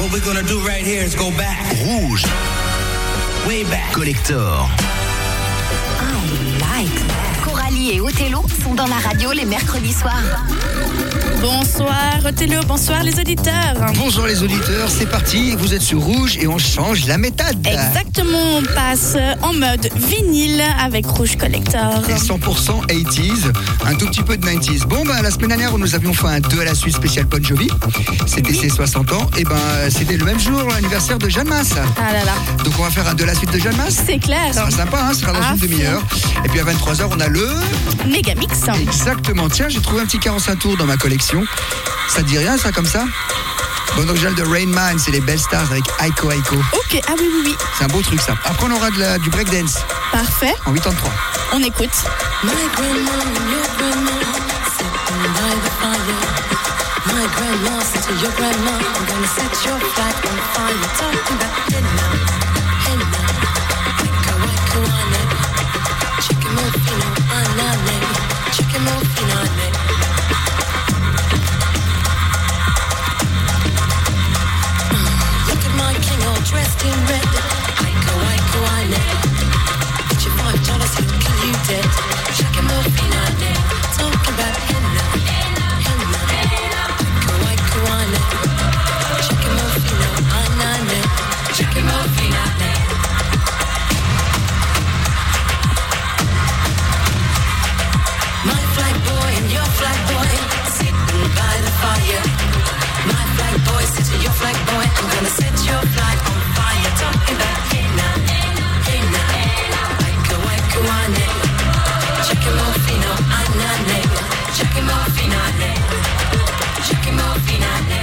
what we're gonna do right here is go back. Rouge. Way back. Collector. I like that. Coralie et Othello sont dans la radio les mercredis soirs. Bonsoir Othello, bonsoir les auditeurs. Bonjour les auditeurs, c'est parti, vous êtes sur Rouge et on change la méthode. Exactement, on passe en mode vinyle avec Rouge Collector. Et 100% 80s, un tout petit peu de 90s. Bon, la semaine dernière, nous avions fait un 2 à la suite spécial Bon Jovi. C'était ses 60 ans. Et c'était le même jour, l'anniversaire de Jeanne Masse. Ah là là. Donc on va faire un 2 à la suite de Jeanne Masse. C'est clair. Ça sera sympa, hein, ce sera dans une demi-heure. Et puis à 23h, on a le... Megamix. Exactement. Tiens, j'ai trouvé un petit 45 tours dans ma collection. Ça te dit rien, ça, comme ça? Bon, donc j'ai le de Rain Man, c'est les Belles Stars avec Aiko Aiko. Ok, ah oui. C'est un beau truc, ça. Après, on aura du breakdance. Parfait. En 83. On écoute. My grandma and your grandma sitting by the fire. My grandma said to your grandma, I'm gonna set your flag on fire. Talking about henna, Aiko Aiko ane, chicken morphino anane, chicken morphino ane. Dressed in red, Aiko Aiko ane. Bet you $5 he'll kill you dead. Chicken morphine ane. Talking about henna, Aiko Aiko ane. Chicken morphine anane. Chicken morphine ane. My flag boy and your flag boy sitting by the fire. My flag boy said to your flag boy, I'm gonna set your flag on fire. Talking about henna, Aiko Aiko ane. Chicken morphino anane. Chicken morphine ane. Chicken morphine ane.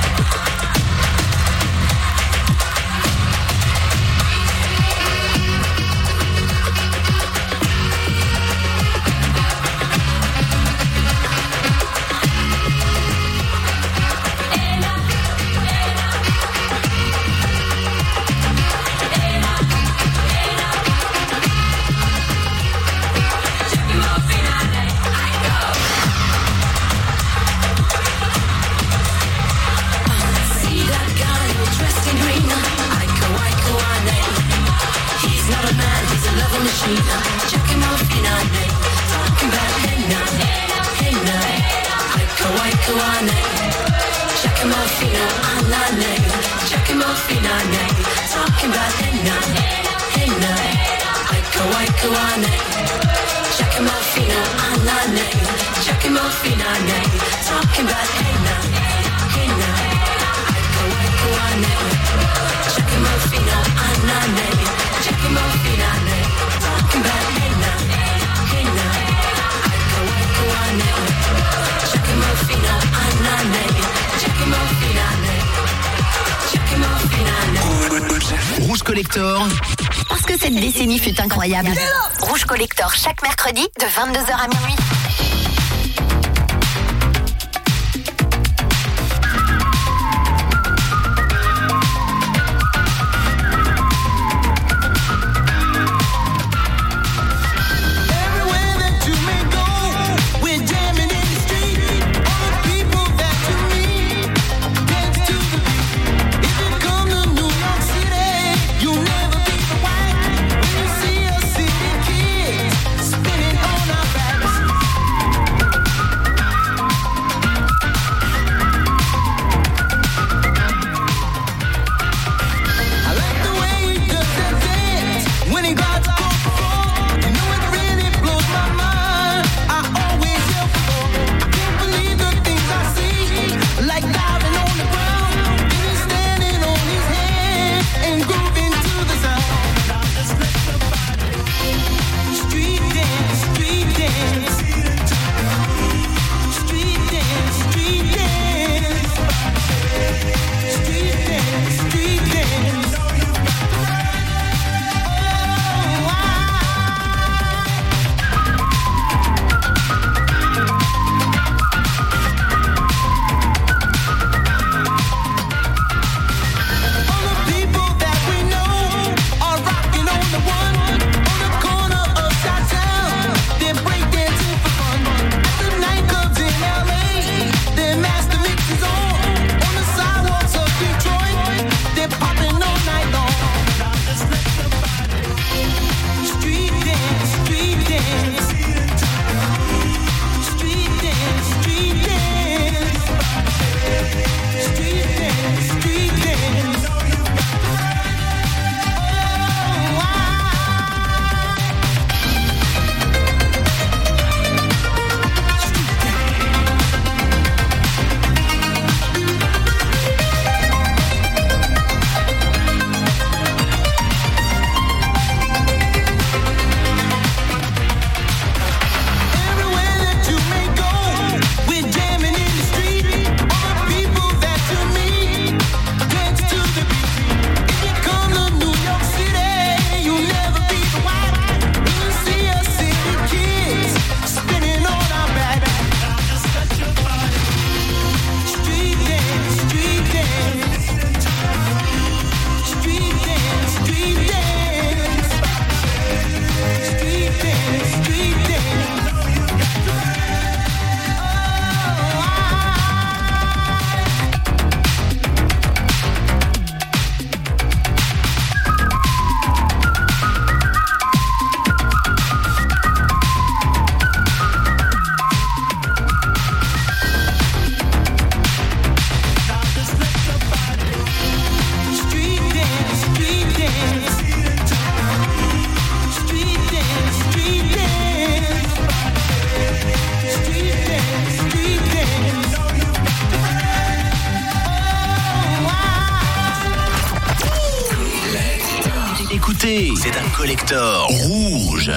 Chicken morphine ane. Talking about henna, Aiko Aiko ane. Chicken morphine anane. Chicken morphine ane. Talking about henna, Aiko Aiko ane. Chicken morphine anane. Chicken morphine ane. Talking about henna, Aiko Aiko ane. Chicken morphine anane. Chicken morphine ane. Talking about henna, Aiko Aiko ane. Chicken morphine anane. Chicken morphine ane. Chicken morphine ane. Rouge Collector. Parce que cette décennie fut incroyable. Rouge Collector chaque mercredi de 22h à minuit. Spinning on our backs. chanter. C'est un collector rouge.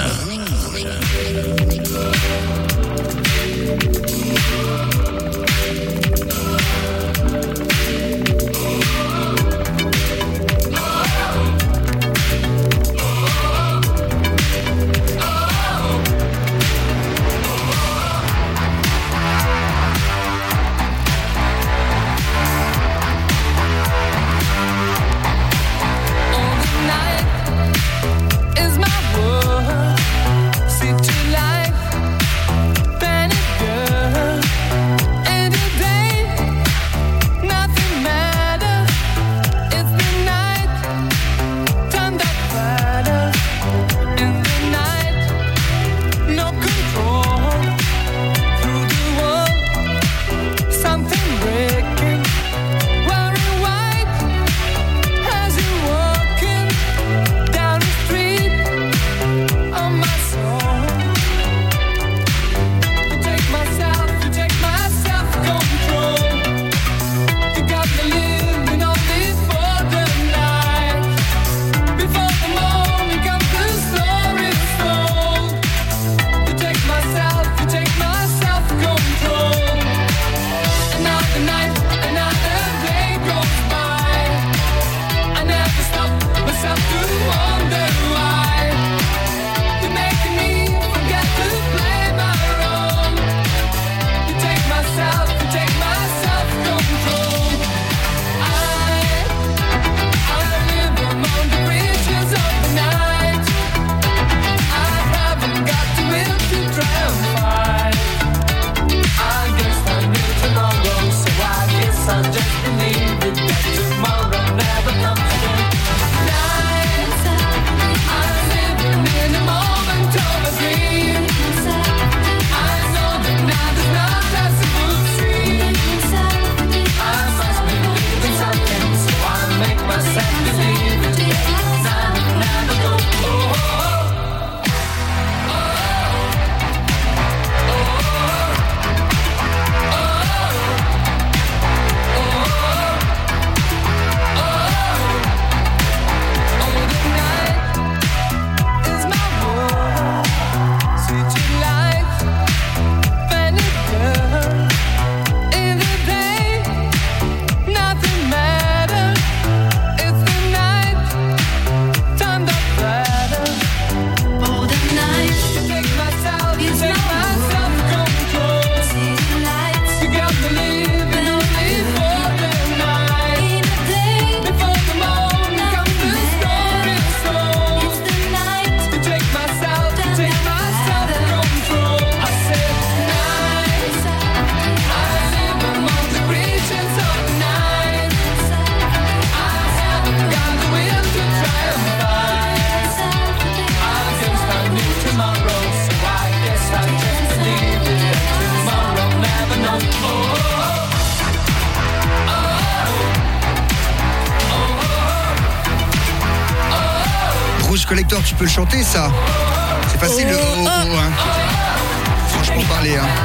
Collector, tu peux le chanter ça. C'est facile le hein. Franchement parler hein.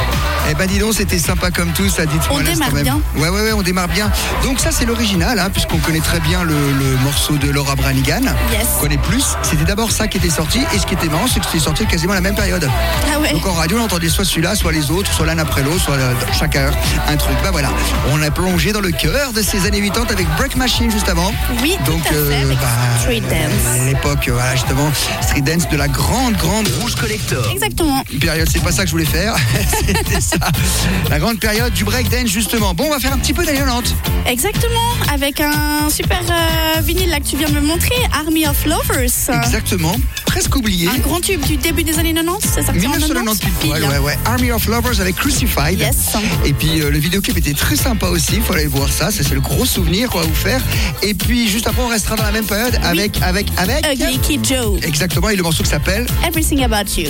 Eh ben dis donc, c'était sympa comme tout, ça dit. On démarre bien. Ouais, on démarre bien. Donc ça c'est l'original, hein, puisqu'on connaît très bien le morceau de Laura Branigan. Yes. On connaît plus. C'était d'abord ça qui était sorti, et ce qui était marrant, c'est que c'était sorti quasiment à la même période. Ah ouais. Donc en radio, on entendait soit celui-là, soit les autres, soit l'un après l'autre, soit chaque heure un truc. Bah voilà, on a plongé dans le cœur de ces années 80 avec Break Machine juste avant. Oui, donc tout à fait, avec Street Dance. À l'époque, voilà justement, Street Dance de la grande Rouge Collector. Exactement. Période, c'est pas ça que je voulais faire. C'était ça. La grande période du breakdance justement. Bon, on va faire un petit peu d'année 90. Exactement, avec un super vinyle là que tu viens de me montrer, Army of Lovers. Exactement, presque oublié. Un grand tube du début des années 90, c'est ça? 1998, ouais. Army of Lovers avec Crucified. Yes. Et puis le vidéoclip était très sympa aussi, il faut aller voir ça, c'est le gros souvenir qu'on va vous faire. Et puis juste après, on restera dans la même période avec Ugly Kid Joe. Exactement, et le morceau qui s'appelle Everything About You.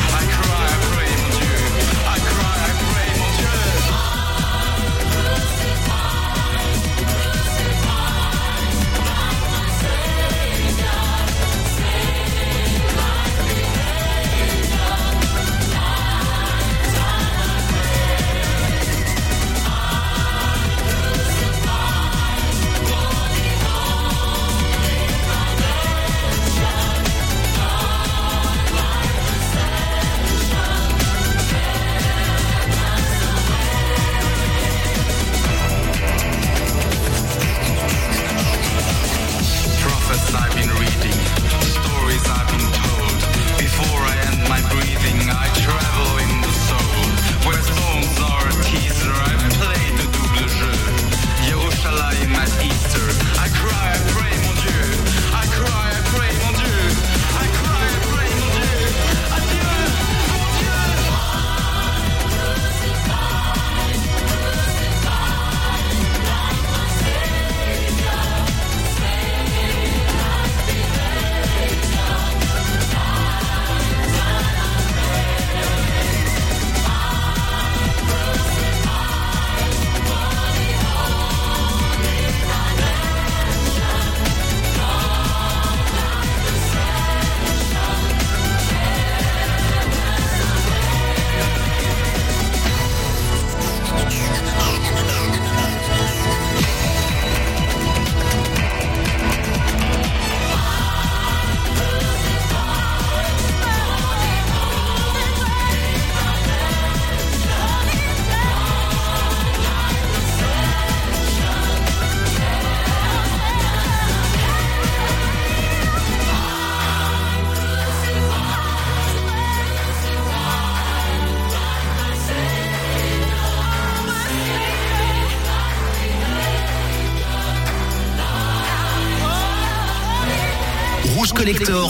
Rouge Collector.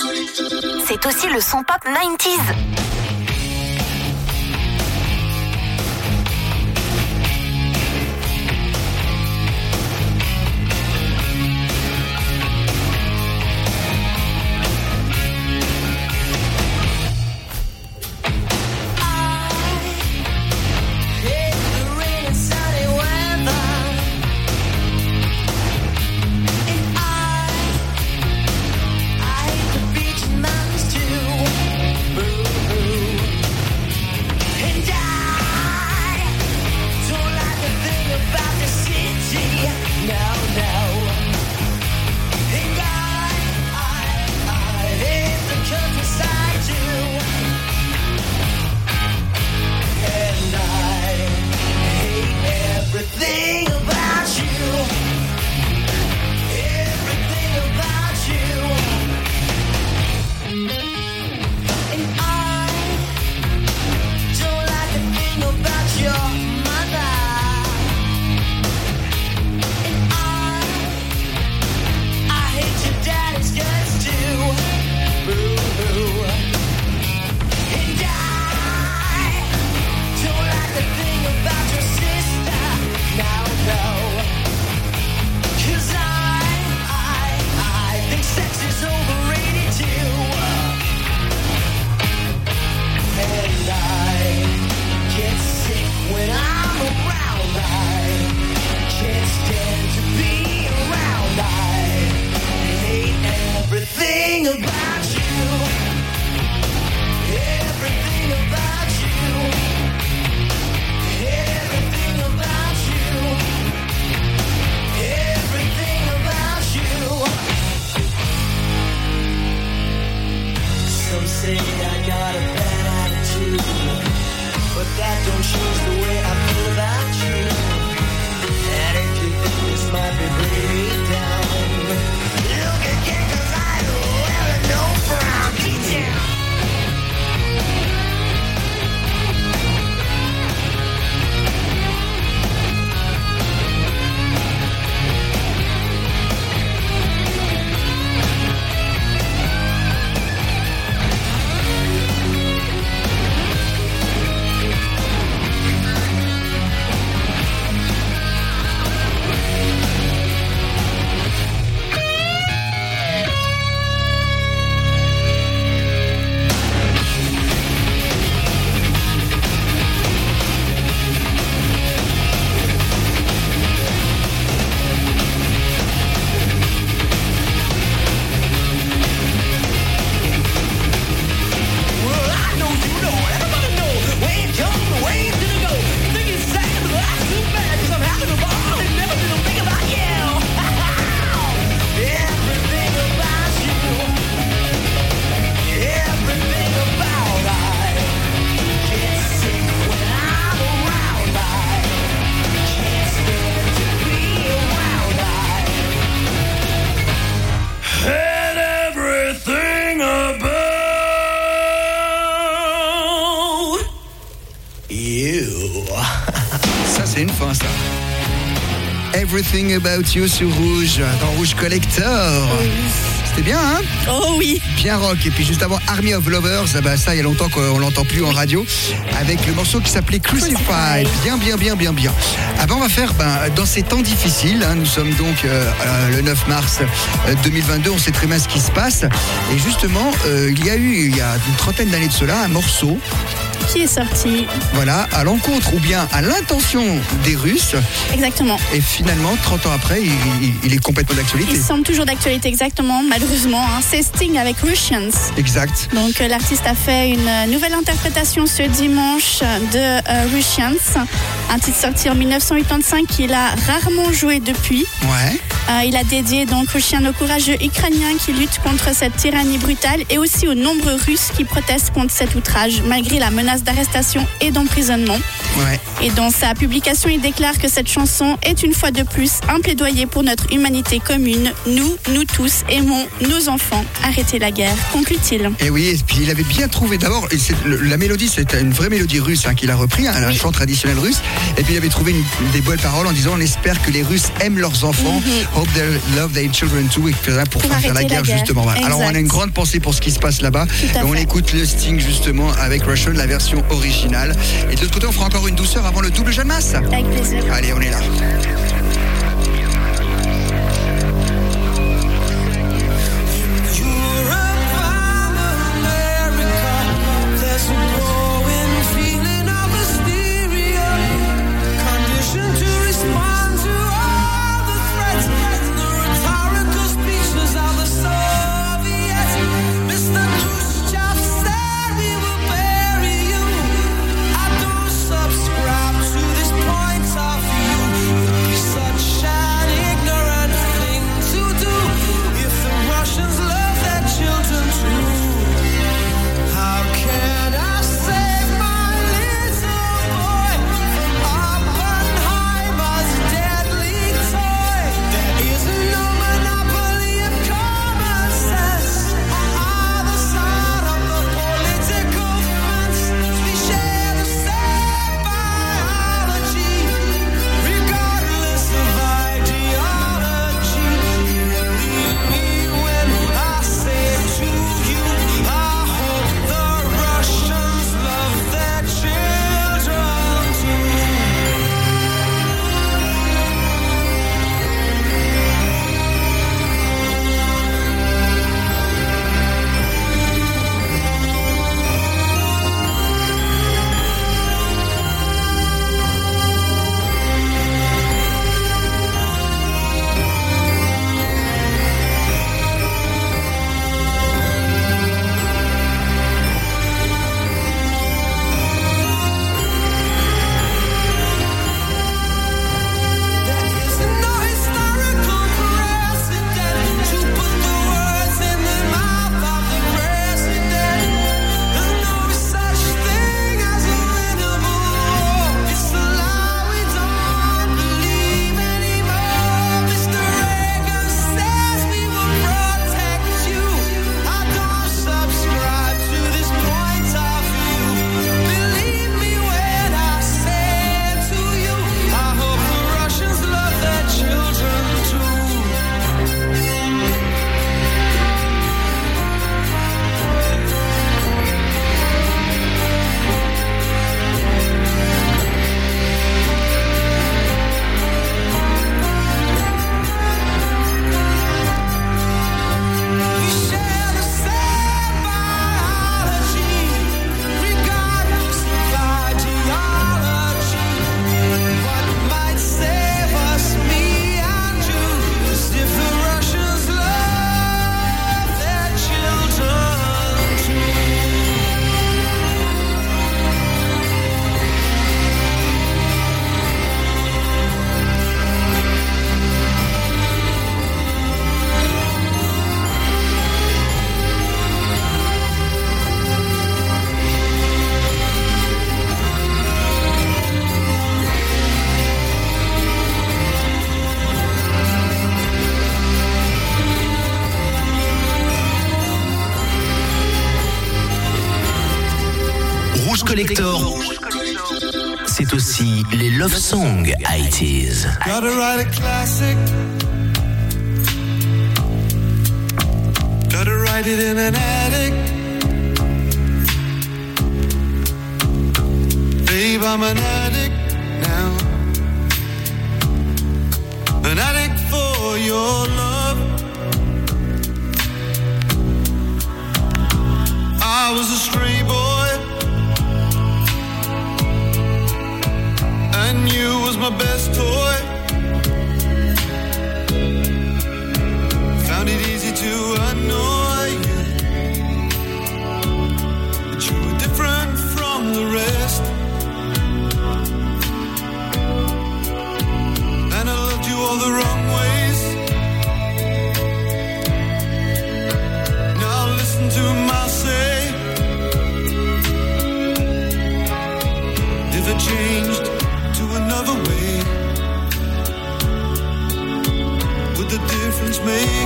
C'est aussi le son pop 90s. Beach mountains too. c'est une fin, ça. Everything About You sur Rouge, dans Rouge Collector. Oui. C'était bien, hein? Oh oui. Bien rock. Et puis juste avant, Army of Lovers, ça, il y a longtemps qu'on l'entend plus en radio, avec le morceau qui s'appelait Crucified. Bien. Avant, on va faire, dans ces temps difficiles, hein, nous sommes donc le 9 mars 2022, on sait très bien ce qui se passe. Et justement, il y a une trentaine d'années de cela, un morceau qui est sorti. Voilà, à l'encontre ou bien à l'intention des Russes. Exactement. Et finalement, 30 ans après, il est complètement d'actualité. Il semble toujours d'actualité, exactement, malheureusement. Hein. C'est Sting avec Russians. Exact. Donc l'artiste a fait une nouvelle interprétation ce dimanche de Russians. Un titre sorti en 1985 qu'il a rarement joué depuis. Ouais. Il a dédié donc Russian aux courageux Ukrainiens qui luttent contre cette tyrannie brutale et aussi aux nombreux Russes qui protestent contre cet outrage, malgré la menace d'arrestation et d'emprisonnement. Ouais. Et dans sa publication, il déclare que cette chanson est une fois de plus un plaidoyer pour notre humanité commune. Nous tous aimons nos enfants. Arrêtez la guerre, conclut-il. Et oui, et puis il avait bien trouvé d'abord, la mélodie, c'était une vraie mélodie russe qu'il a repris, un chant traditionnel russe. Et puis il avait trouvé des belles paroles en disant on espère que les Russes aiment leurs enfants, hope they love their children too, et pour faire la guerre justement. Voilà. Alors on a une grande pensée pour ce qui se passe là-bas. Et on écoute le Sting justement avec Russian, la version originale. Et de l'autre côté, on fera encore une douceur avant le double Jeanne Masse. Avec plaisir. Allez, on est là. Collector c'est aussi les love songs 80s. Gotta write a classic. Gotta write it in an attic. Babe, I'm an addict now. An addict for your love. I was a stray boy, and you was my best toy. Found it easy to annoy you, but you were different from the rest. And I loved you all the wrong ways. Now listen to my say. If I changed to another way, would the difference make